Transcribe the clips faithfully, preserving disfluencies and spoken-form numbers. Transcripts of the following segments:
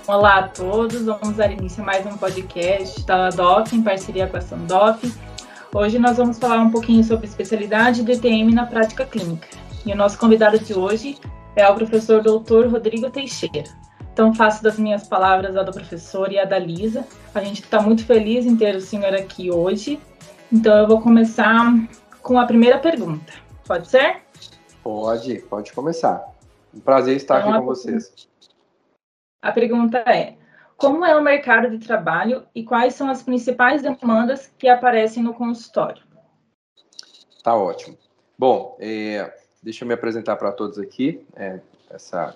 Olá a todos, vamos dar início a mais um podcast da D O F, em parceria com a Sandoff. Hoje nós vamos falar um pouquinho sobre especialidade D T M na prática clínica. E o nosso convidado de hoje é o professor doutor Rodrigo Teixeira. Então faço das minhas palavras a do professor e a da Lisa. A gente está muito feliz em ter o senhor aqui hoje. Então eu vou começar com a primeira pergunta. Pode ser? Pode, pode começar. Um prazer estar então, aqui com vocês. A pergunta é: como é o mercado de trabalho e quais são as principais demandas que aparecem no consultório? Tá ótimo. Bom, é, deixa eu me apresentar para todos aqui, é, essa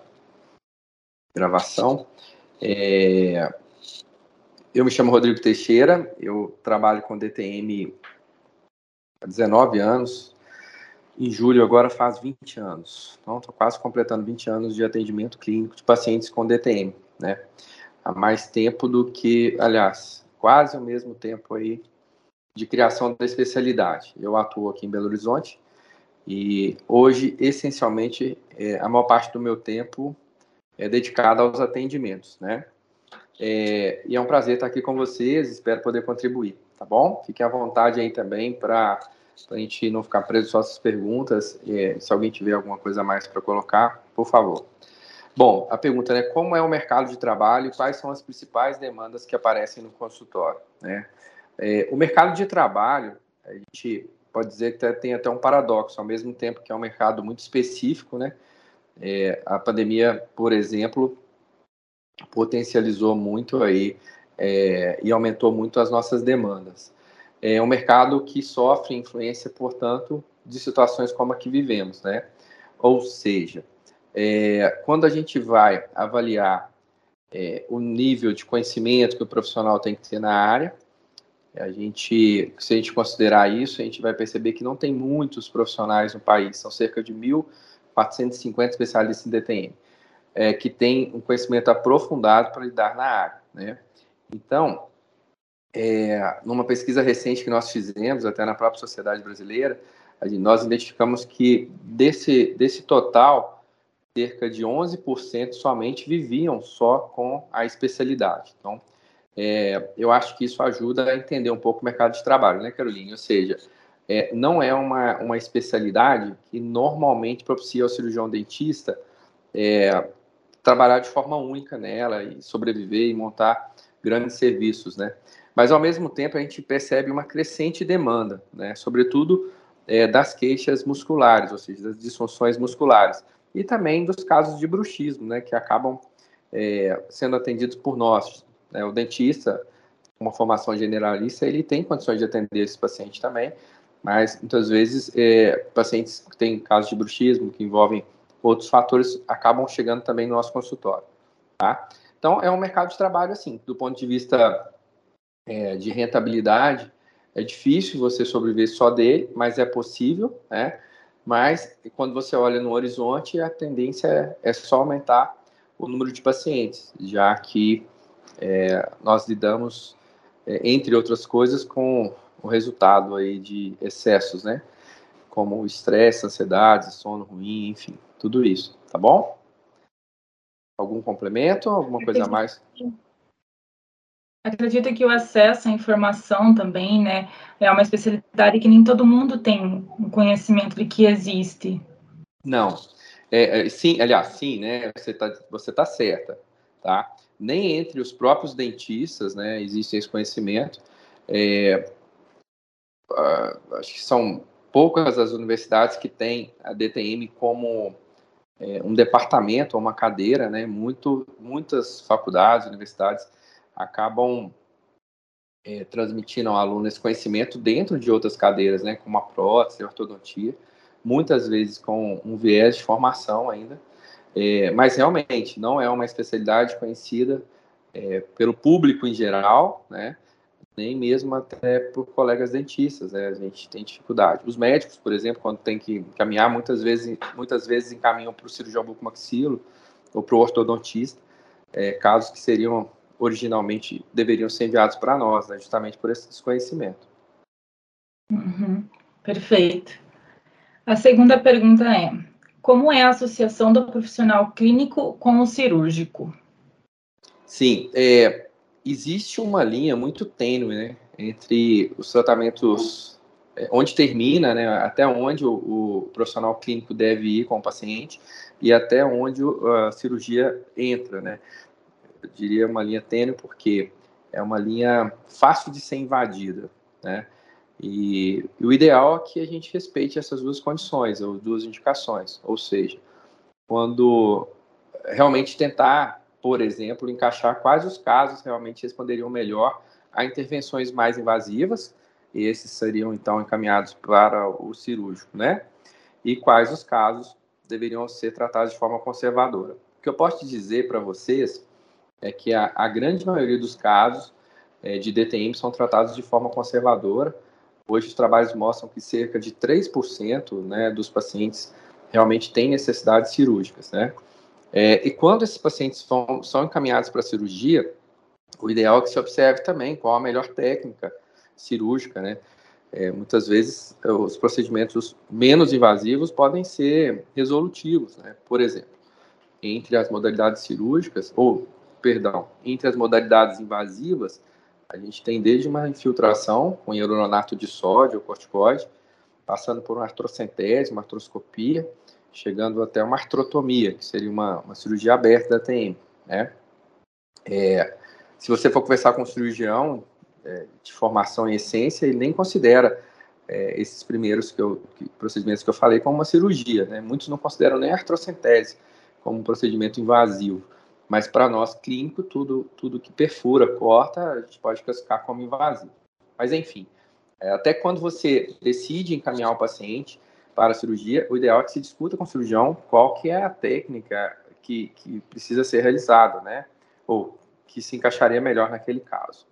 gravação. É, eu me chamo Rodrigo Teixeira, eu trabalho com D T M há dezenove anos. Em julho agora faz vinte anos. Então, estou quase completando vinte anos de atendimento clínico de pacientes com D T M, né? Há mais tempo do que, aliás, quase o mesmo tempo aí de criação da especialidade. Eu atuo aqui em Belo Horizonte e hoje, essencialmente, é, a maior parte do meu tempo é dedicada aos atendimentos, né? É, e é um prazer estar aqui com vocês, espero poder contribuir, tá bom? Fiquem à vontade aí também para a gente não ficar preso só essas perguntas. É, se alguém tiver alguma coisa a mais para colocar, por favor. Bom, a pergunta é, né, como é o mercado de trabalho e quais são as principais demandas que aparecem no consultório, né? É, o mercado de trabalho, a gente pode dizer que tem até um paradoxo, ao mesmo tempo que é um mercado muito específico, né? É, a pandemia, por exemplo, potencializou muito aí é, e aumentou muito as nossas demandas. É um mercado que sofre influência, portanto, de situações como a que vivemos, né? Ou seja, é, quando a gente vai avaliar é, o nível de conhecimento que o profissional tem que ter na área, a gente, se a gente considerar isso, a gente vai perceber que não tem muitos profissionais no país, são cerca de mil quatrocentos e cinquenta especialistas em D T M, é, que têm um conhecimento aprofundado para lidar na área, né? Então, é, numa pesquisa recente que nós fizemos, até na própria Sociedade Brasileira, a gente, nós identificamos que desse, desse total, cerca de onze por cento somente viviam só com a especialidade. Então, é, eu acho que isso ajuda a entender um pouco o mercado de trabalho, né, Caroline? Ou seja, é, não é uma, uma especialidade que normalmente propicia ao cirurgião dentista é, trabalhar de forma única nela e sobreviver e montar grandes serviços, né? Mas, ao mesmo tempo, a gente percebe uma crescente demanda, né? Sobretudo é, das queixas musculares, ou seja, das disfunções musculares. E também dos casos de bruxismo, né? Que acabam é, sendo atendidos por nós. Né? O dentista, com uma formação generalista, ele tem condições de atender esse paciente também, mas, muitas vezes, é, pacientes que têm casos de bruxismo, que envolvem outros fatores, acabam chegando também no nosso consultório, tá? Então, é um mercado de trabalho, assim, do ponto de vista é, de rentabilidade, é difícil você sobreviver só dele, mas é possível, né? Mas, quando você olha no horizonte, a tendência é, é só aumentar o número de pacientes, já que é, nós lidamos, é, entre outras coisas, com o resultado aí de excessos, né? Como o estresse, ansiedade, sono ruim, enfim, tudo isso, tá bom? Algum complemento, alguma coisa a mais? Acredito que o acesso à informação também, né, é uma especialidade que nem todo mundo tem um conhecimento de que existe. Não. É, é, sim, aliás, sim, né, você tá, você tá certa, tá? Nem entre os próprios dentistas, né, existe esse conhecimento. É, uh, acho que são poucas as universidades que têm a D T M como é, um departamento ou uma cadeira, né? Muito, muitas faculdades, universidades acabam é, transmitindo ao aluno esse conhecimento dentro de outras cadeiras, né? Como a prótese, a ortodontia, muitas vezes com um viés de formação ainda, é, mas realmente não é uma especialidade conhecida é, pelo público em geral, né? Nem mesmo até por colegas dentistas, né? A gente tem dificuldade. Os médicos, por exemplo, quando tem que caminhar, muitas vezes, muitas vezes encaminham para o cirurgião bucomaxilo ou para o ortodontista, é, casos que seriam originalmente deveriam ser enviados para nós, né? Justamente por esse desconhecimento. Uhum, perfeito. A segunda pergunta é: como é a associação do profissional clínico com o cirúrgico? Sim, é, existe uma linha muito tênue, né, entre os tratamentos, é, onde termina, né, até onde o, o profissional clínico deve ir com o paciente e até onde a cirurgia entra, né. Eu diria uma linha tênue porque é uma linha fácil de ser invadida, né, e, e o ideal é que a gente respeite essas duas condições, ou duas indicações, ou seja, quando realmente tentar, por exemplo, encaixar quais os casos realmente responderiam melhor a intervenções mais invasivas, e esses seriam então encaminhados para o cirúrgico, né? E quais os casos deveriam ser tratados de forma conservadora. O que eu posso te dizer para vocês é que a, a grande maioria dos casos é, de D T M são tratados de forma conservadora. Hoje os trabalhos mostram que cerca de três por cento, né, dos pacientes realmente têm necessidades cirúrgicas, né? É, e quando esses pacientes são, são encaminhados para a cirurgia, o ideal é que se observe também qual a melhor técnica cirúrgica, né? É, muitas vezes, os procedimentos menos invasivos podem ser resolutivos, né? Por exemplo, entre as modalidades cirúrgicas, ou, perdão, entre as modalidades invasivas, a gente tem desde uma infiltração com hyaluronato de sódio ou corticoide, passando por uma artrocentese, uma artroscopia, chegando até uma artrotomia, que seria uma, uma cirurgia aberta da T M, né? É, se você for conversar com um cirurgião é, de formação em essência, ele nem considera é, esses primeiros que eu, que, procedimentos que eu falei como uma cirurgia, né? Muitos não consideram nem a artrocentese como um procedimento invasivo, mas para nós, clínico, tudo, tudo que perfura, corta, a gente pode classificar como invasivo. Mas, enfim, é, até quando você decide encaminhar o paciente para a cirurgia, o ideal é que se discuta com o cirurgião qual que é a técnica que, que precisa ser realizada, né? Ou que se encaixaria melhor naquele caso.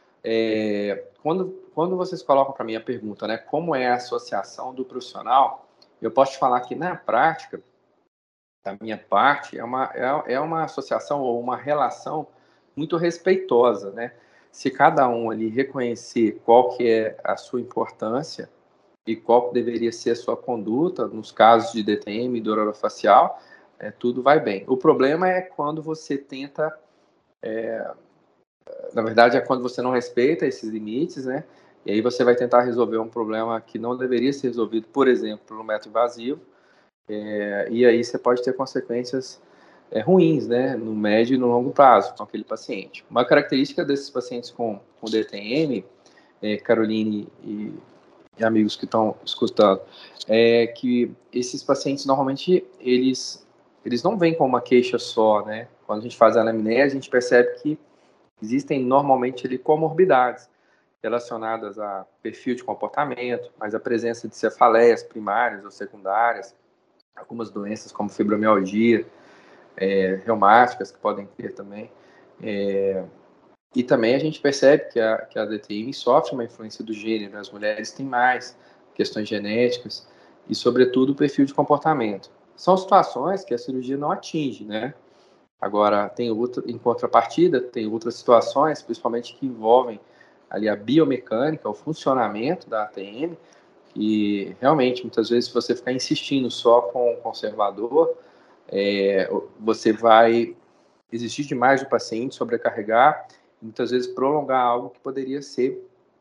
É, quando, quando vocês colocam para mim a pergunta, né, como é a associação do profissional, eu posso te falar que na prática, da minha parte, é uma, é, é uma associação ou uma relação muito respeitosa, né? Se cada um ali reconhecer qual que é a sua importância e qual deveria ser a sua conduta nos casos de D T M e dor orofacial, é, tudo vai bem. O problema é quando você tenta, é, na verdade, é quando você não respeita esses limites, né? E aí você vai tentar resolver um problema que não deveria ser resolvido, por exemplo, pelo método invasivo, é, e aí você pode ter consequências é, ruins, né? No médio e no longo prazo com aquele paciente. Uma característica desses pacientes com, com D T M, é, Caroline e e amigos que estão escutando, é que esses pacientes, normalmente, eles, eles não vêm com uma queixa só, né? Quando a gente faz a anamnese, a gente percebe que existem, normalmente, ali, comorbidades relacionadas a perfil de comportamento, mas a presença de cefaleias primárias ou secundárias, algumas doenças como fibromialgia, é, reumáticas, que podem ter também, é, e também a gente percebe que a, que a D T M sofre uma influência do gênero, as mulheres têm mais questões genéticas e, sobretudo, o perfil de comportamento. São situações que a cirurgia não atinge, né? Agora, tem outra, em contrapartida, tem outras situações, principalmente que envolvem ali a biomecânica, o funcionamento da A T M, e realmente, muitas vezes, se você ficar insistindo só com o conservador, é, você vai exigir demais do paciente, sobrecarregar, muitas vezes prolongar algo que poderia ser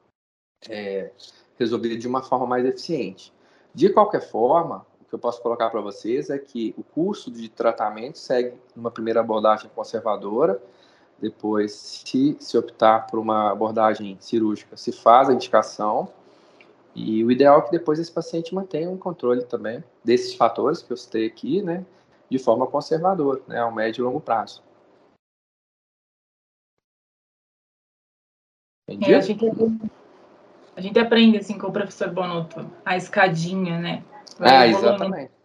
é, resolvido de uma forma mais eficiente. De qualquer forma, o que eu posso colocar para vocês é que o curso de tratamento segue uma primeira abordagem conservadora, depois, se se optar por uma abordagem cirúrgica, se faz a indicação, e o ideal é que depois esse paciente mantenha um controle também desses fatores que eu citei aqui, né, de forma conservadora, né, ao médio e longo prazo. É, a Entendido? gente, a gente aprende assim com o professor Bonotto, a escadinha, né? Vai Ah, evoluindo. exatamente.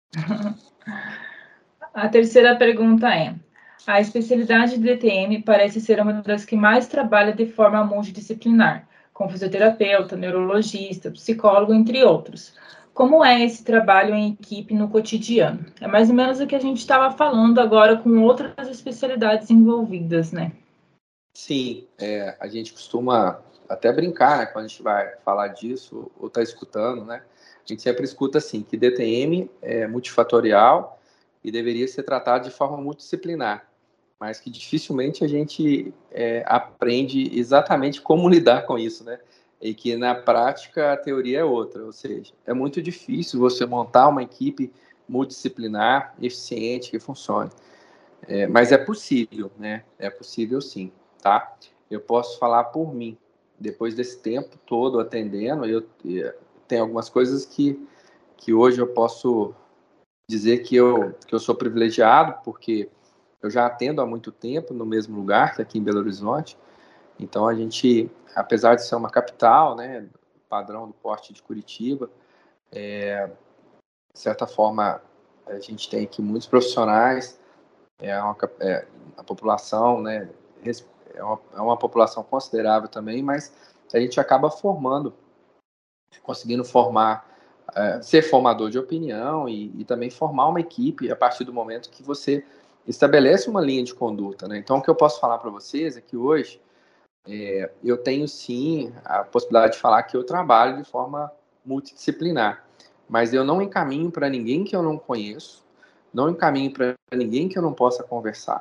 A terceira pergunta é: a especialidade de D T M parece ser uma das que mais trabalha de forma multidisciplinar, com fisioterapeuta, neurologista, psicólogo, entre outros. Como é esse trabalho em equipe no cotidiano? É mais ou menos o que a gente estava falando agora com outras especialidades envolvidas, né? Sim, é, a gente costuma até brincar, né, quando a gente vai falar disso ou está escutando, né? A gente sempre escuta assim, que D T M é multifatorial e deveria ser tratado de forma multidisciplinar. mas que dificilmente a gente é, aprende exatamente como lidar com isso, né? E que na prática a teoria é outra, ou seja, é muito difícil você montar uma equipe multidisciplinar, eficiente, que funcione. É, mas é possível, né? É possível sim, tá? Eu posso falar por mim. Depois desse tempo todo atendendo, eu, eu tenho algumas coisas que, que hoje eu posso dizer que eu, que eu sou privilegiado, porque eu já atendo há muito tempo no mesmo lugar, que aqui em Belo Horizonte. Então, a gente, apesar de ser uma capital, né, padrão do porte de Curitiba, é, de certa forma, a gente tem aqui muitos profissionais, é uma, é, a população, né, é uma, é uma população considerável também, mas a gente acaba formando, conseguindo formar, é, ser formador de opinião e, e também formar uma equipe a partir do momento que você estabelece uma linha de conduta, né? Então, o que eu posso falar para vocês é que hoje é, eu tenho sim a possibilidade de falar que eu trabalho de forma multidisciplinar, mas eu não encaminho para ninguém que eu não conheço, não encaminho para ninguém que eu não possa conversar,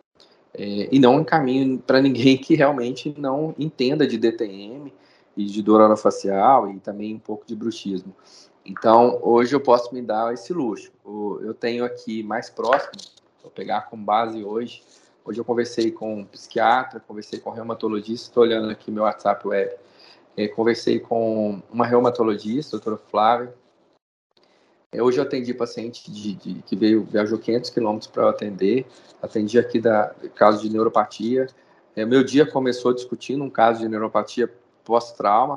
é, e não encaminho para ninguém que realmente não entenda de D T M e de dor orofacial e também um pouco de bruxismo. Então, hoje eu posso me dar esse luxo. Eu tenho aqui mais próximo, vou pegar como base hoje. Hoje eu conversei com um psiquiatra, conversei com um reumatologista, estou olhando aqui meu WhatsApp web. É, conversei com uma reumatologista, doutora Flávia. É, hoje eu atendi paciente de, de, que veio, viajou quinhentos quilômetros para eu atender. Atendi aqui da caso de neuropatia. É, meu dia começou discutindo um caso de neuropatia pós-trauma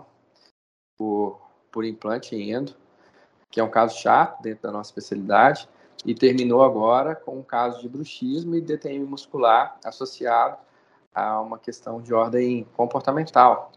por, por implante endo, que é um caso chato dentro da nossa especialidade, e terminou agora com um caso de bruxismo e D T M muscular associado a uma questão de ordem comportamental.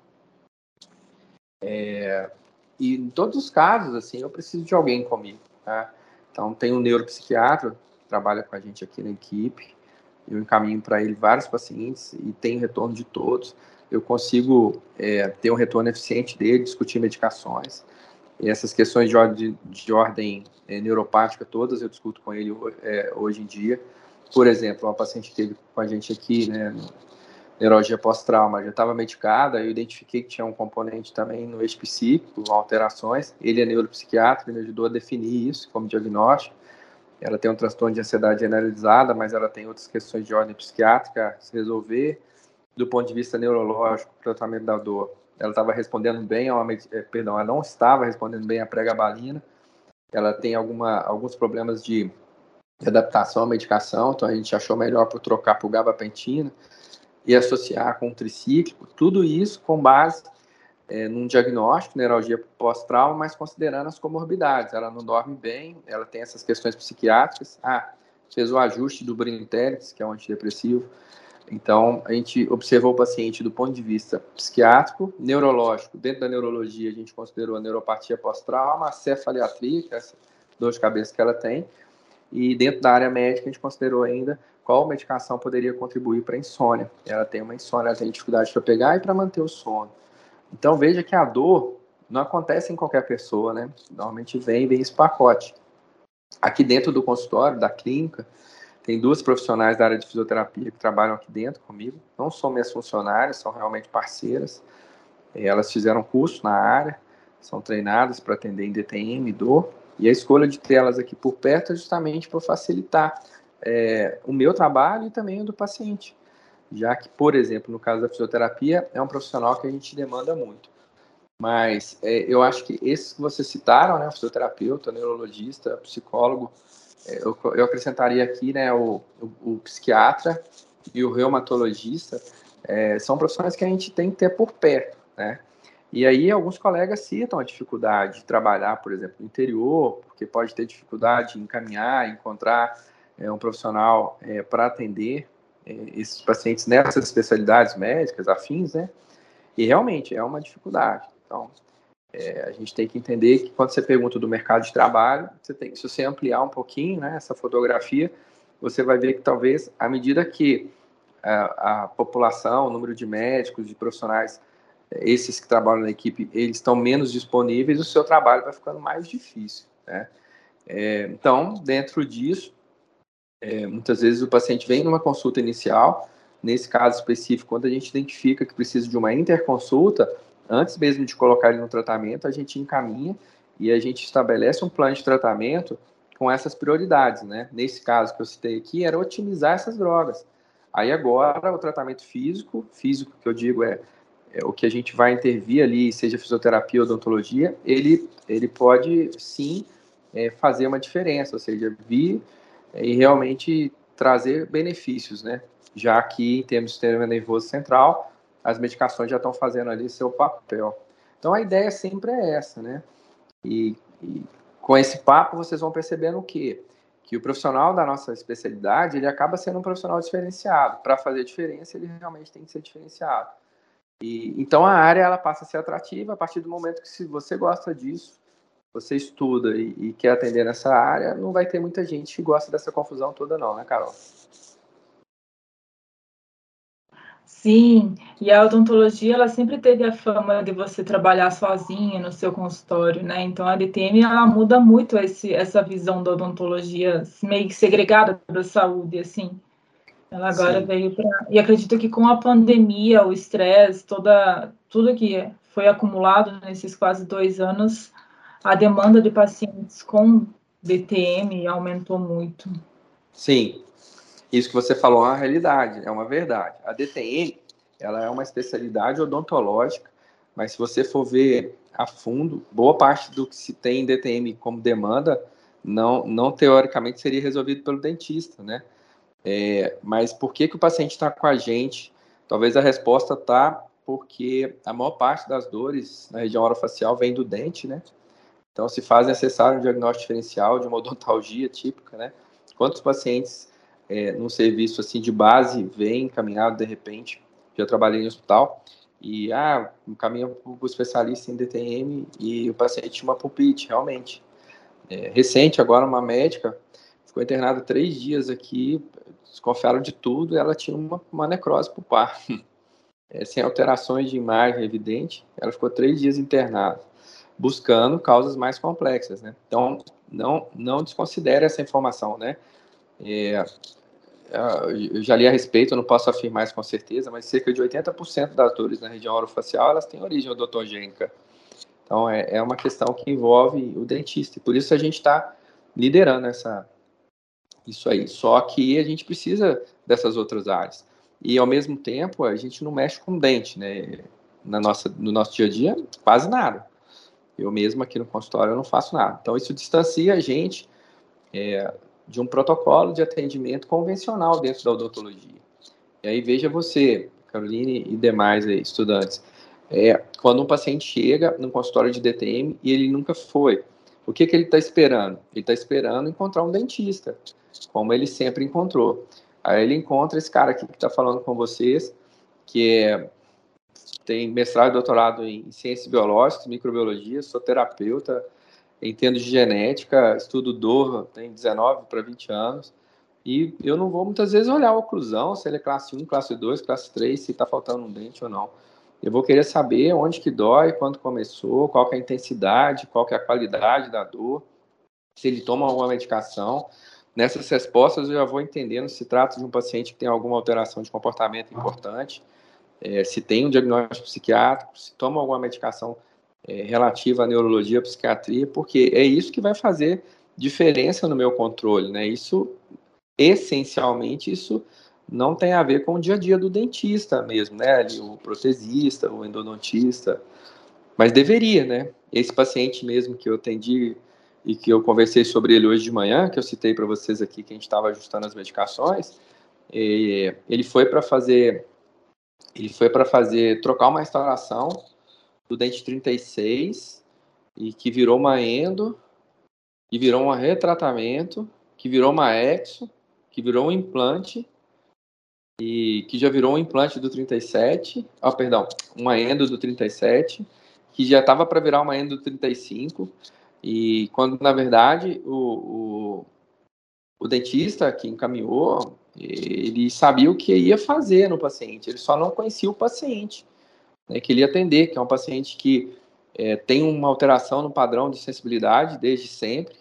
É, e em todos os casos, assim, eu preciso de alguém comigo, tá? Então, tem um neuropsiquiatra que trabalha com a gente aqui na equipe, eu encaminho para ele vários pacientes e tenho retorno de todos. Eu consigo é, ter um retorno eficiente dele, discutir medicações. E essas questões de ordem, de ordem é, neuropática todas eu discuto com ele é, hoje em dia. Por exemplo, uma paciente que teve com a gente aqui, né, neurologia pós-trauma, já estava medicada, eu identifiquei que tinha um componente também no eixo psíquico, alterações. Ele é neuropsiquiatra, me ajudou a definir isso como diagnóstico. Ela tem um transtorno de ansiedade generalizada, mas ela tem outras questões de ordem psiquiátrica a se resolver. Do ponto de vista neurológico, tratamento da dor, ela estava respondendo bem a uma, perdão, ela não estava respondendo bem à pregabalina. Ela tem alguma, alguns problemas de, de adaptação à medicação, então a gente achou melhor por trocar para o gabapentina e associar com um tricíclico. Tudo isso com base é, num diagnóstico, neurologia pós-trauma, mas considerando as comorbidades. Ela não dorme bem, ela tem essas questões psiquiátricas. Ah, fez o ajuste do Brintellix, que é um antidepressivo. Então, a gente observou o paciente do ponto de vista psiquiátrico, neurológico. Dentro da neurologia, a gente considerou a neuropatia pós-trauma, a cefaleatria, que é essa dor de cabeça que ela tem. E dentro da área médica, a gente considerou ainda qual medicação poderia contribuir para a insônia. Ela tem uma insônia, ela tem dificuldade para pegar e para manter o sono. Então, veja que a dor não acontece em qualquer pessoa, né? Normalmente vem, vem esse pacote. Aqui dentro do consultório, da clínica, tem duas profissionais da área de fisioterapia que trabalham aqui dentro comigo. Não são minhas funcionárias, são realmente parceiras. Elas fizeram curso na área, são treinadas para atender em D T M, dor. E a escolha de ter elas aqui por perto é justamente para facilitar é, o meu trabalho e também o do paciente. Já que, por exemplo, no caso da fisioterapia, é um profissional que a gente demanda muito. Mas é, eu acho que esses que vocês citaram, né, o fisioterapeuta, o neurologista, o psicólogo, é, eu, eu acrescentaria aqui, né, o, o, o psiquiatra e o reumatologista, é, são profissões que a gente tem que ter por perto, né? E aí alguns colegas citam a dificuldade de trabalhar, por exemplo, no interior, porque pode ter dificuldade em encaminhar, encontrar é, um profissional é, para atender é, esses pacientes nessas especialidades médicas, afins, né? E realmente é uma dificuldade. Então, é, a gente tem que entender que quando você pergunta do mercado de trabalho, você tem, se você ampliar um pouquinho, né, essa fotografia, você vai ver que talvez, à medida que a, a população, o número de médicos, de profissionais, esses que trabalham na equipe, eles estão menos disponíveis, o seu trabalho vai ficando mais difícil, né? É, então, dentro disso, É, muitas vezes o paciente vem numa consulta inicial, nesse caso específico, quando a gente identifica que precisa de uma interconsulta, antes mesmo de colocar ele no tratamento, a gente encaminha e a gente estabelece um plano de tratamento com essas prioridades, né? Nesse caso que eu citei aqui, era otimizar essas drogas. Aí agora, o tratamento físico, físico que eu digo é, é o que a gente vai intervir ali, seja fisioterapia ou odontologia, ele, ele pode sim é, fazer uma diferença, ou seja, vir é, e realmente trazer benefícios, né? Já que em termos do sistema nervoso central, as medicações já estão fazendo ali seu papel. Então a ideia sempre é essa, né? E, e com esse papo vocês vão percebendo o quê? Que o profissional da nossa especialidade, ele acaba sendo um profissional diferenciado. Para fazer diferença, ele realmente tem que ser diferenciado. E, então a área ela passa a ser atrativa a partir do momento que, se você gosta disso, você estuda e, e quer atender nessa área, não vai ter muita gente que gosta dessa confusão toda não, né, Carol? Sim, e a odontologia, ela sempre teve a fama de você trabalhar sozinha no seu consultório, né? Então, a D T M, ela muda muito esse, essa visão da odontologia meio que segregada da saúde, assim. Ela agora Sim. veio para... E acredito que com a pandemia, o estresse, toda, tudo que foi acumulado nesses quase dois anos, a demanda de pacientes com D T M aumentou muito. Sim, isso que você falou é uma realidade, é uma verdade. A D T M, ela é uma especialidade odontológica, mas se você for ver a fundo, boa parte do que se tem em D T M como demanda, não, não teoricamente seria resolvido pelo dentista, né? É, mas por que, que o paciente está com a gente? Talvez a resposta está porque a maior parte das dores na região orofacial vem do dente, né? Então, se faz necessário um diagnóstico diferencial de uma odontalgia típica, né? Quantos pacientes é, num serviço assim de base vêm encaminhado de repente? Já trabalhei em hospital e ah, encaminha para o especialista em D T M e o paciente tinha uma pulpite, realmente. É, recente, agora, uma médica ficou internada três dias aqui, desconfiaram de tudo, e ela tinha uma, uma necrose pulpar, é, sem alterações de imagem evidente. Ela ficou três dias internada, buscando causas mais complexas, né? Então, não, não desconsidere essa informação, né? É, eu já li a respeito, eu não posso afirmar isso com certeza, mas cerca de oitenta por cento das dores na região orofacial, elas têm origem odontogênica. Então, é, é uma questão que envolve o dentista, e por isso a gente está liderando essa, isso aí. Só que a gente precisa dessas outras áreas. E, ao mesmo tempo, a gente não mexe com dente, né? Na nossa, no nosso dia a dia, quase nada. Eu mesmo aqui no consultório eu não faço nada. Então, isso distancia a gente é, de um protocolo de atendimento convencional dentro da odontologia. E aí, veja você, Caroline e demais aí, estudantes, é, quando um paciente chega no consultório de D T M e ele nunca foi, o que, que ele está esperando? Ele está esperando encontrar um dentista, como ele sempre encontrou. Aí ele encontra esse cara aqui que está falando com vocês, que é, tem mestrado e doutorado em ciências biológicas, microbiologia, sou terapeuta, entendo de genética, estudo dor, tem dezenove para vinte anos, e eu não vou muitas vezes olhar a oclusão, se ele é classe um, classe dois, classe três, se está faltando um dente ou não. Eu vou querer saber onde que dói, quando começou, qual que é a intensidade, qual que é a qualidade da dor, se ele toma alguma medicação. Nessas respostas eu já vou entendendo se se trata de um paciente que tem alguma alteração de comportamento importante, é, se tem um diagnóstico psiquiátrico, se toma alguma medicação é, relativa à neurologia, à psiquiatria, porque é isso que vai fazer diferença no meu controle, né? Isso, essencialmente, isso não tem a ver com o dia a dia do dentista mesmo, né? Ali, o protesista, o endodontista, mas deveria, né? Esse paciente mesmo que eu atendi e que eu conversei sobre ele hoje de manhã, que eu citei para vocês aqui, que a gente estava ajustando as medicações, ele foi para fazer, ele foi para fazer, trocar uma restauração do dente trinta e seis e que virou uma endo, que virou um retratamento, que virou uma exo, que virou um implante e que já virou um implante do trinta e sete, oh, perdão, uma endo do trinta e sete, que já estava para virar uma endo do trinta e cinco, e quando na verdade o, o, o dentista que encaminhou, ele sabia o que ia fazer no paciente, ele só não conhecia o paciente, né, que ele ia atender, que é um paciente que é, tem uma alteração no padrão de sensibilidade desde sempre,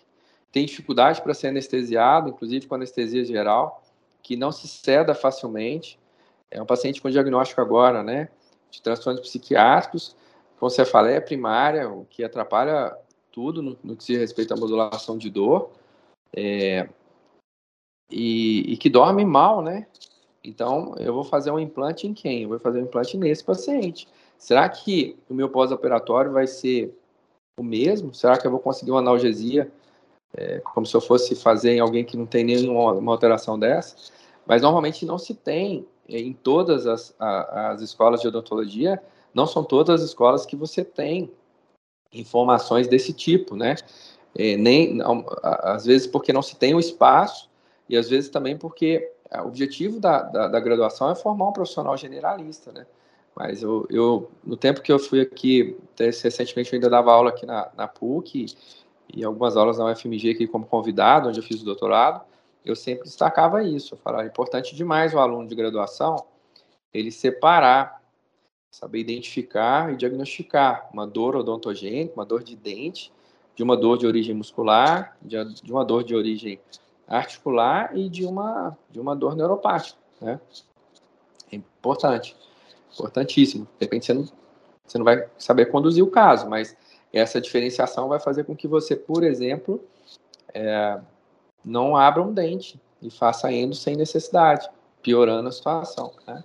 tem dificuldade para ser anestesiado, inclusive com anestesia geral, que não se ceda facilmente. É um paciente com diagnóstico agora, né, de transtornos psiquiátricos, com cefaleia primária, o que atrapalha tudo no, no que se respeita à modulação de dor, é, e, e que dorme mal, né? Então, eu vou fazer um implante em quem? Eu vou fazer um implante nesse paciente. Será que o meu pós-operatório vai ser o mesmo? Será que eu vou conseguir uma analgesia, é, como se eu fosse fazer em alguém que não tem nenhuma alteração dessa? Mas, normalmente, não se tem em todas as, a, as escolas de odontologia, não são todas as escolas que você tem informações desse tipo, né? É, nem, não, às vezes porque não se tem o espaço e às vezes também porque o objetivo da, da, da graduação é formar um profissional generalista, né? Mas eu, eu, no tempo que eu fui aqui, recentemente eu ainda dava aula aqui na, na PUC e algumas aulas na U F M G aqui como convidado, onde eu fiz o doutorado, eu sempre destacava isso. Eu falava, é importante demais o aluno de graduação ele separar, saber identificar e diagnosticar uma dor odontogênica, uma dor de dente, de uma dor de origem muscular, de, de uma dor de origem articular e de uma, de uma dor neuropática, né? É importante, importantíssimo. De repente você não, você não vai saber conduzir o caso, mas essa diferenciação vai fazer com que você, por exemplo, é, não abra um dente e faça endo sem necessidade, piorando a situação, né?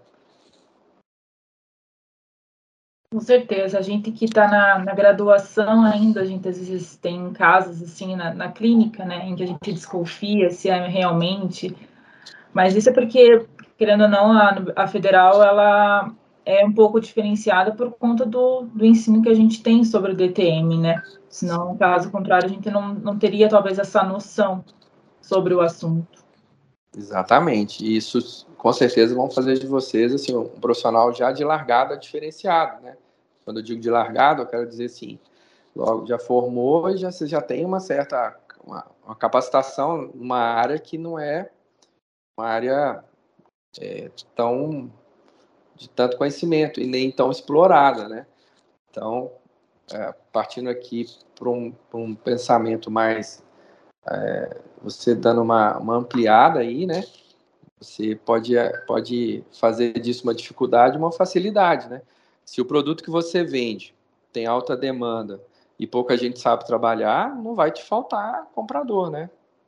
Com certeza, a gente que está na, na graduação ainda, a gente às vezes tem casos assim na, na clínica, né, em que a gente desconfia se é realmente, mas isso é porque, querendo ou não, a, a federal, ela é um pouco diferenciada por conta do, do ensino que a gente tem sobre o D T M, né, senão, caso contrário, a gente não, não teria talvez essa noção sobre o assunto. Exatamente, e isso com certeza vão fazer de vocês assim, um profissional já de largada diferenciado, né? Quando eu digo de largada, eu quero dizer assim, logo já formou e já, você já tem uma certa uma, uma capacitação numa área que não é uma área é, tão de tanto conhecimento e nem tão explorada, né? Então, é, partindo aqui para um, um pensamento mais é, você dando uma, uma ampliada aí, né? Você pode, pode fazer disso uma dificuldade, uma facilidade, né? Se o produto que você vende tem alta demanda e pouca gente sabe trabalhar, não vai te faltar comprador, né?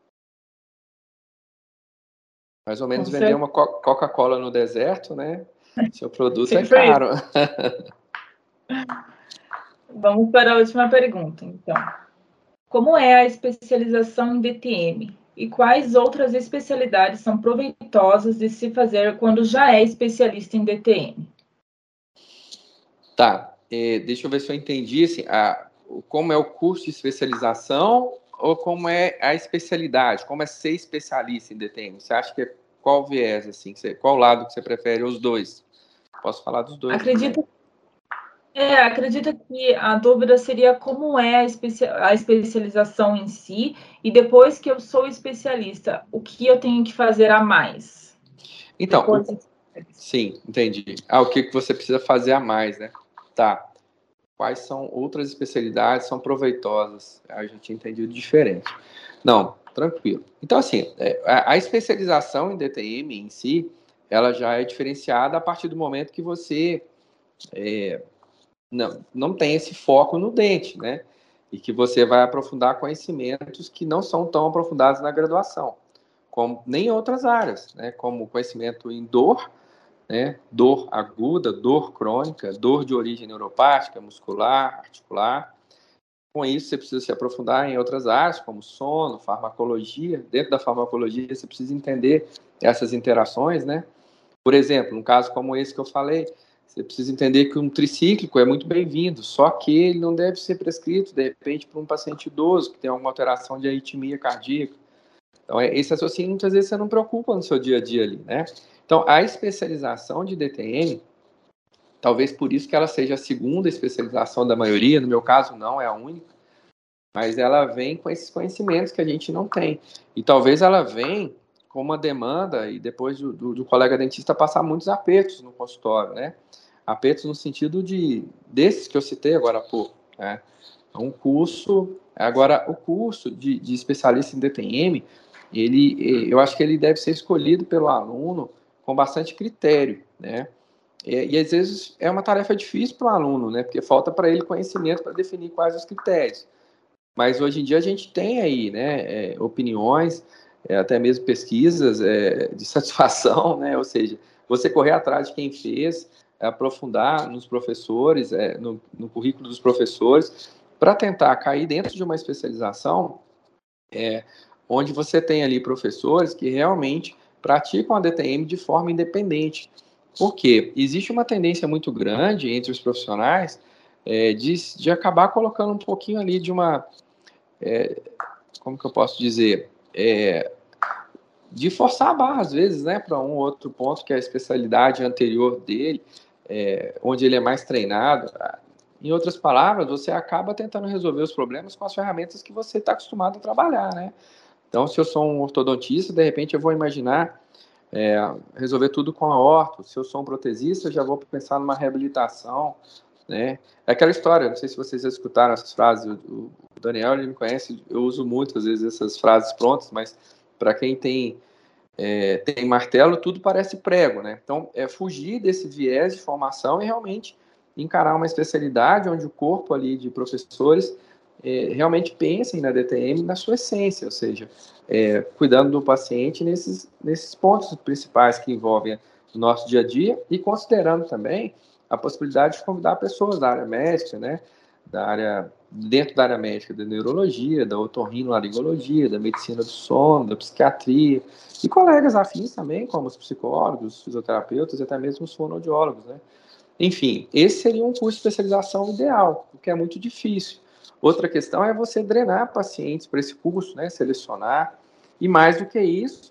Mais ou menos vender uma Coca-Cola no deserto, né? Seu produto é caro. Vamos para a última pergunta, então. Como é a especialização em D T M? E quais outras especialidades são proveitosas de se fazer quando já é especialista em D T M? Tá, é, deixa eu ver se eu entendi, assim, a, como é o curso de especialização ou como é a especialidade, como é ser especialista em D T M? Você acha que é qual viés, assim, que você, qual lado que você prefere, os dois? Posso falar dos dois Acredito, também. é, acredito que a dúvida seria como é a, especia, a especialização em si, e depois que eu sou especialista, o que eu tenho que fazer a mais? Então, Depois o, sim, entendi. Ah, o que, que você precisa fazer a mais, né? Tá. Quais são outras especialidades são proveitosas? A gente entendido diferente. Não, tranquilo. Então, assim, a, a especialização em D T M em si, ela já é diferenciada a partir do momento que você é, não, não tem esse foco no dente, né? E que você vai aprofundar conhecimentos que não são tão aprofundados na graduação, como nem em outras áreas, né? Como conhecimento em dor, né? Dor aguda, dor crônica, dor de origem neuropática, muscular, articular. Com isso, você precisa se aprofundar em outras áreas, como sono, farmacologia. Dentro da farmacologia, você precisa entender essas interações, né? Por exemplo, um caso como esse que eu falei, você precisa entender que um tricíclico é muito bem-vindo, só que ele não deve ser prescrito, de repente, para um paciente idoso que tem alguma alteração de aritmia cardíaca. Então, esse raciocínio, muitas vezes, você não preocupa no seu dia a dia ali, né? Então, a especialização de D T M, talvez por isso que ela seja a segunda especialização da maioria, no meu caso não é a única, mas ela vem com esses conhecimentos que a gente não tem. E talvez ela vem com uma demanda e depois do, do, do colega dentista passar muitos apertos no consultório, né? Apertos no sentido de desses que eu citei agora há pouco, né? É um curso... Agora, o curso de, de especialista em D T M, ele, eu acho que ele deve ser escolhido pelo aluno com bastante critério, né? E, e às vezes é uma tarefa difícil para o aluno, né? Porque falta para ele conhecimento para definir quais os critérios. Mas hoje em dia a gente tem aí, né, é, opiniões, é, até mesmo pesquisas é, de satisfação, né? Ou seja, você correr atrás de quem fez, aprofundar nos professores, é, no, no currículo dos professores, para tentar cair dentro de uma especialização é, onde você tem ali professores que realmente praticam a D T M de forma independente. Por quê? Existe uma tendência muito grande entre os profissionais é, de, de acabar colocando um pouquinho ali de uma... É, como que eu posso dizer? É, de forçar a barra, às vezes, né, para um ou outro ponto que é a especialidade anterior dele, é, onde ele é mais treinado. Em outras palavras, você acaba tentando resolver os problemas com as ferramentas que você está acostumado a trabalhar, né? Então, se eu sou um ortodontista, de repente eu vou imaginar é, resolver tudo com a orto. Se eu sou um protesista, eu já vou pensar numa reabilitação, né? É aquela história, não sei se vocês já escutaram essas frases, o, o Daniel, ele me conhece, eu uso muito, às vezes, essas frases prontas, mas para quem tem, é, tem martelo, tudo parece prego, né? Então, é fugir desse viés de formação e realmente encarar uma especialidade onde o corpo ali de professores é, realmente pensem na D T M na sua essência, ou seja, é, cuidando do paciente nesses, nesses pontos principais que envolvem o nosso dia a dia e considerando também a possibilidade de convidar pessoas da área médica, né, da área, dentro da área médica, da neurologia, da otorrinolaringologia, da medicina do sono, da psiquiatria, e colegas afins também, como os psicólogos, os fisioterapeutas e até mesmo os fonoaudiólogos, né. Enfim, esse seria um curso de especialização ideal, o que é muito difícil. Outra questão é você drenar pacientes para esse curso, né, selecionar, e mais do que isso,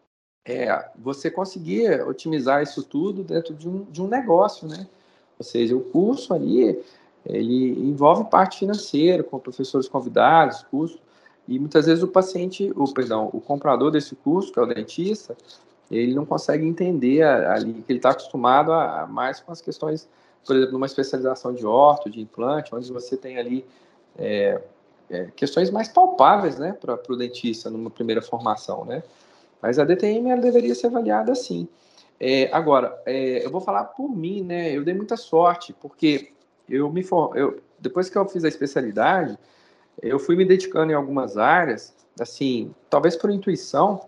é você conseguir otimizar isso tudo dentro de um, de um negócio, né? Ou seja, o curso ali, ele envolve parte financeira, com professores convidados, curso, e muitas vezes o paciente, o perdão, o comprador desse curso, que é o dentista, ele não consegue entender ali que ele está acostumado a, a mais com as questões, por exemplo, numa especialização de orto, de implante, onde você tem ali é, é, questões mais palpáveis, né, para o dentista numa primeira formação, né? Mas a D T M ela deveria ser avaliada assim. É, agora, é, eu vou falar por mim, né? Eu dei muita sorte, porque eu me for... eu, depois que eu fiz a especialidade, eu fui me dedicando em algumas áreas, assim, talvez por intuição,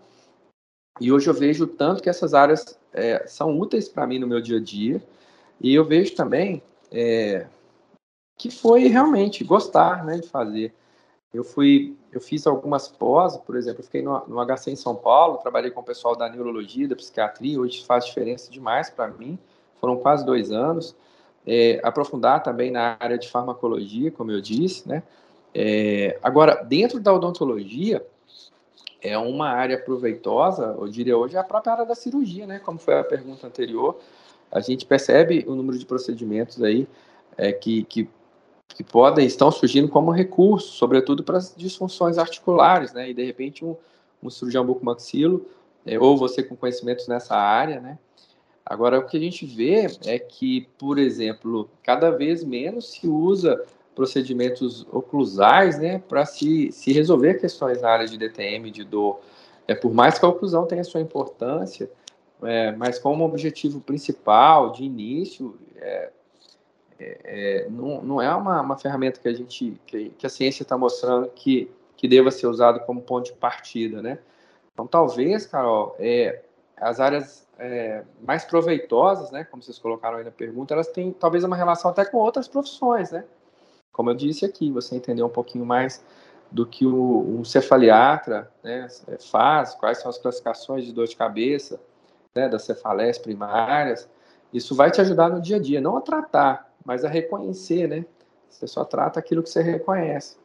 e hoje eu vejo tanto que essas áreas é, são úteis para mim no meu dia a dia, e eu vejo também é, que foi realmente gostar, né, de fazer. Eu fui, eu fiz algumas pós, por exemplo, eu fiquei no, no H C em São Paulo, trabalhei com o pessoal da neurologia, da psiquiatria, hoje faz diferença demais para mim, foram quase dois anos. É, aprofundar também na área de farmacologia, como eu disse, né? É, agora, dentro da odontologia, é uma área proveitosa, eu diria hoje, é a própria área da cirurgia, né? Como foi a pergunta anterior, a gente percebe o número de procedimentos aí é, que, que que podem, estão surgindo como recurso, sobretudo para as disfunções articulares, né? E de repente um, um cirurgião bucomaxilo, é, ou você com conhecimentos nessa área, né? Agora, o que a gente vê é que, por exemplo, cada vez menos se usa procedimentos oclusais, né, para se, se resolver questões na área de D T M, de dor. É, por mais que a oclusão tenha sua importância, é, mas como objetivo principal, de início, é, É, não, não é uma, uma ferramenta que a gente, que, que a ciência está mostrando que, que deva ser usado como ponto de partida, né? Então, talvez, Carol, é, as áreas é, mais proveitosas, né, como vocês colocaram aí na pergunta, elas têm talvez uma relação até com outras profissões, né? Como eu disse aqui, você entender um pouquinho mais do que o, um cefaliatra, né, faz, quais são as classificações de dor de cabeça, né, das cefaleias primárias. Isso vai te ajudar no dia a dia, não a tratar, mas a reconhecer, né? Você só trata aquilo que você reconhece.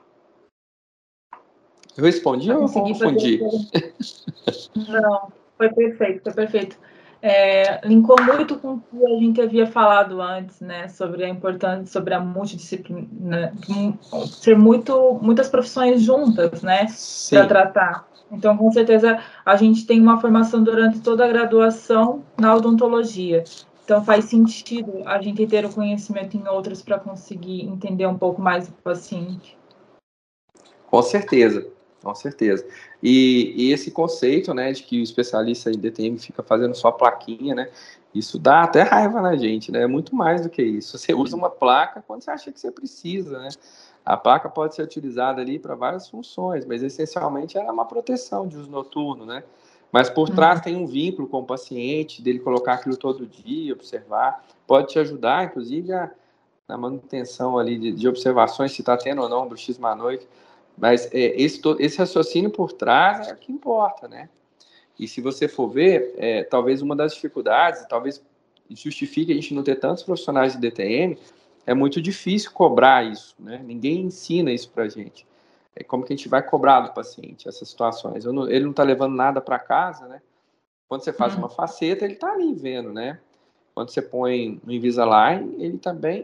Eu respondi ou eu confundi? Não, foi perfeito, foi perfeito. É, linkou muito com o que a gente havia falado antes, né? Sobre a importância, sobre a multidisciplina, ser muito, muitas profissões juntas, né? Para tratar. Então, com certeza, a gente tem uma formação durante toda a graduação na odontologia. Então, faz sentido a gente ter o conhecimento em outras para conseguir entender um pouco mais o paciente. Com certeza, com certeza. E, e esse conceito, né, de que o especialista em D T M fica fazendo só plaquinha, né, isso dá até raiva na gente, né, é muito mais do que isso. Você usa uma placa quando você acha que você precisa, né. A placa pode ser utilizada ali para várias funções, mas essencialmente ela é uma proteção de uso noturno, né. Mas por trás tem um vínculo com o paciente, dele colocar aquilo todo dia, observar, pode te ajudar, inclusive, a, na manutenção ali de, de observações, se está tendo ou não bruxismo à noite. Mas é, esse, esse raciocínio por trás é o que importa, né? E se você for ver, é, talvez uma das dificuldades, talvez justifique a gente não ter tantos profissionais de D T M, é muito difícil cobrar isso, né? Ninguém ensina isso pra gente. É como que a gente vai cobrar do paciente essas situações. Não, ele não está levando nada para casa, né? Quando você faz uma faceta, ele está ali vendo, né? Quando você põe no Invisalign, ele também...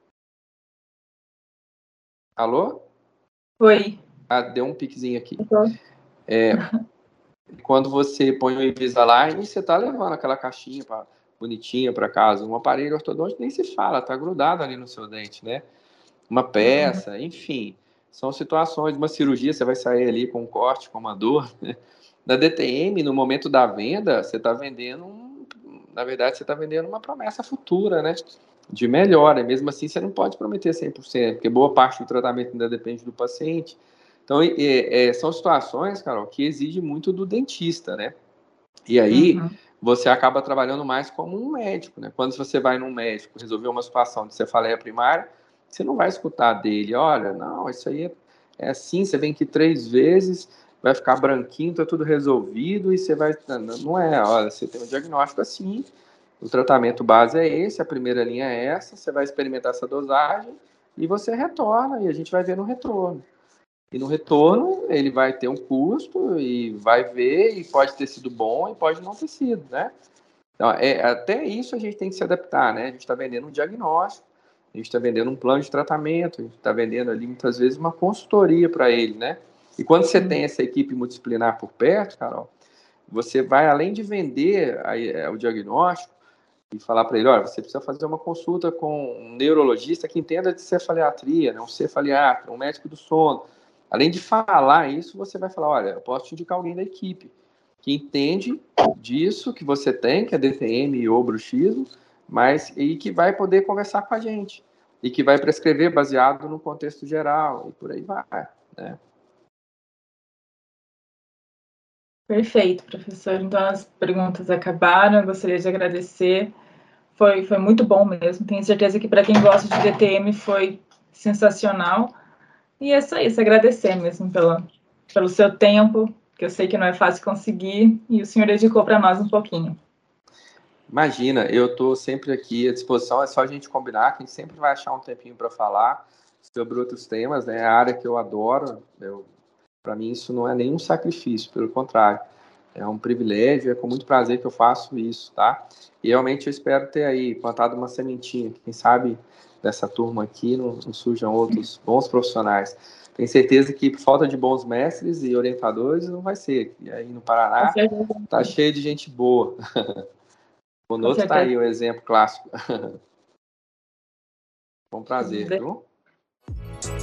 Alô? Oi. Ah, deu um piquezinho aqui. Então... É, quando você põe o Invisalign, você está levando aquela caixinha pra, bonitinha para casa. Um aparelho ortodôntico nem se fala, está grudado ali no seu dente, né? Uma peça, uhum. Enfim. São situações, uma cirurgia, você vai sair ali com um corte, com uma dor, né? Na D T M, no momento da venda, você está vendendo, um, na verdade, você está vendendo uma promessa futura, né? De melhora. E mesmo assim, você não pode prometer cem por cento, porque boa parte do tratamento ainda depende do paciente. Então, é, é, são situações, Carol, que exigem muito do dentista, né? E aí, uhum. Você acaba trabalhando mais como um médico, né? Quando você vai num médico resolver uma situação de cefaleia primária, você não vai escutar dele, olha, não, isso aí é, é assim, você vem aqui três vezes, vai ficar branquinho, tá tudo resolvido, e você vai... Não é, olha, você tem um diagnóstico assim, o tratamento base é esse, a primeira linha é essa, você vai experimentar essa dosagem, e você retorna, e a gente vai ver no retorno. E no retorno, ele vai ter um custo e vai ver, e pode ter sido bom e pode não ter sido, né? Então, é, até isso a gente tem que se adaptar, né? A gente está vendendo um diagnóstico, a gente está vendendo um plano de tratamento, a gente está vendendo ali, muitas vezes, uma consultoria para ele, né? E quando você tem essa equipe multidisciplinar por perto, Carol, você vai, além de vender a, a, o diagnóstico, e falar para ele, olha, você precisa fazer uma consulta com um neurologista que entenda de cefaleatria, né? Um cefaliatra, um médico do sono. Além de falar isso, você vai falar, olha, eu posso te indicar alguém da equipe que entende disso que você tem, que é D T M ou bruxismo, mas e que vai poder conversar com a gente e que vai prescrever baseado no contexto geral e por aí vai, né? Perfeito, professor. Então, as perguntas acabaram. Eu gostaria de agradecer. Foi, foi muito bom mesmo. Tenho certeza que para quem gosta de D T M foi sensacional. E é só isso, agradecer mesmo pela, pelo seu tempo, que eu sei que não é fácil conseguir, e o senhor dedicou para nós um pouquinho. Imagina, eu estou sempre aqui à disposição, é só a gente combinar, que a gente sempre vai achar um tempinho para falar sobre outros temas, né? É a área que eu adoro, para mim isso não é nenhum sacrifício, pelo contrário, é um privilégio, é com muito prazer que eu faço isso, tá? E realmente eu espero ter aí plantado uma sementinha, quem sabe dessa turma aqui não, não surjam outros bons profissionais. Tenho certeza que por falta de bons mestres e orientadores não vai ser. E aí no Paraná tá cheio de gente boa. O Noto está aí o exemplo clássico. Foi um prazer, viu?